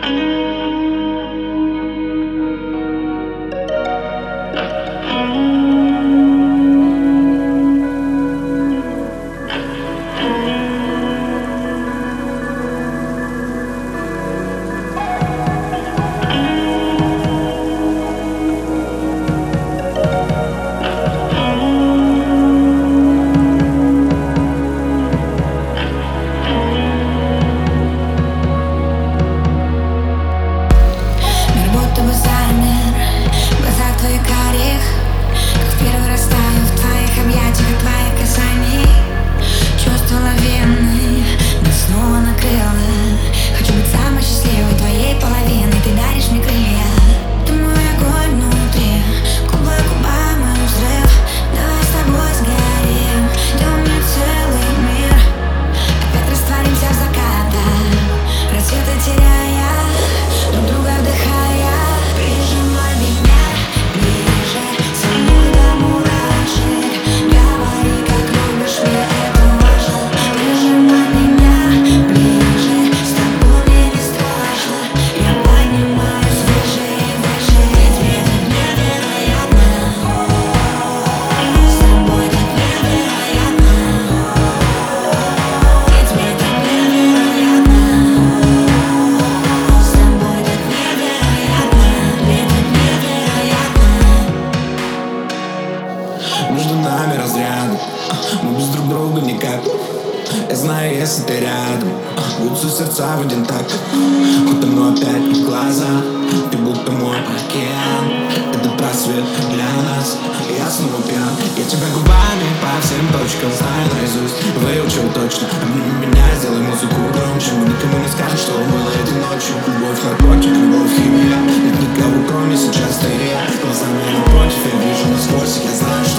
Между нами разряды, мы без друг друга никак. Я знаю, если ты рядом, бьются сердца в один такт. Хоть давно опять в глаза, ты будто мой океан. Этот просвет для нас, я снова пьян. Я тебя губами по всем точкам знаю наизусть, выучил точно. Обними меня, сделай музыку громче. Мы никому не скажем, что было этой ночью. Любовь, наркотик, любовь, химия. Нет никого, кроме сейчас ты и я. Глазами напротив, я вижу насквозь, я знаю,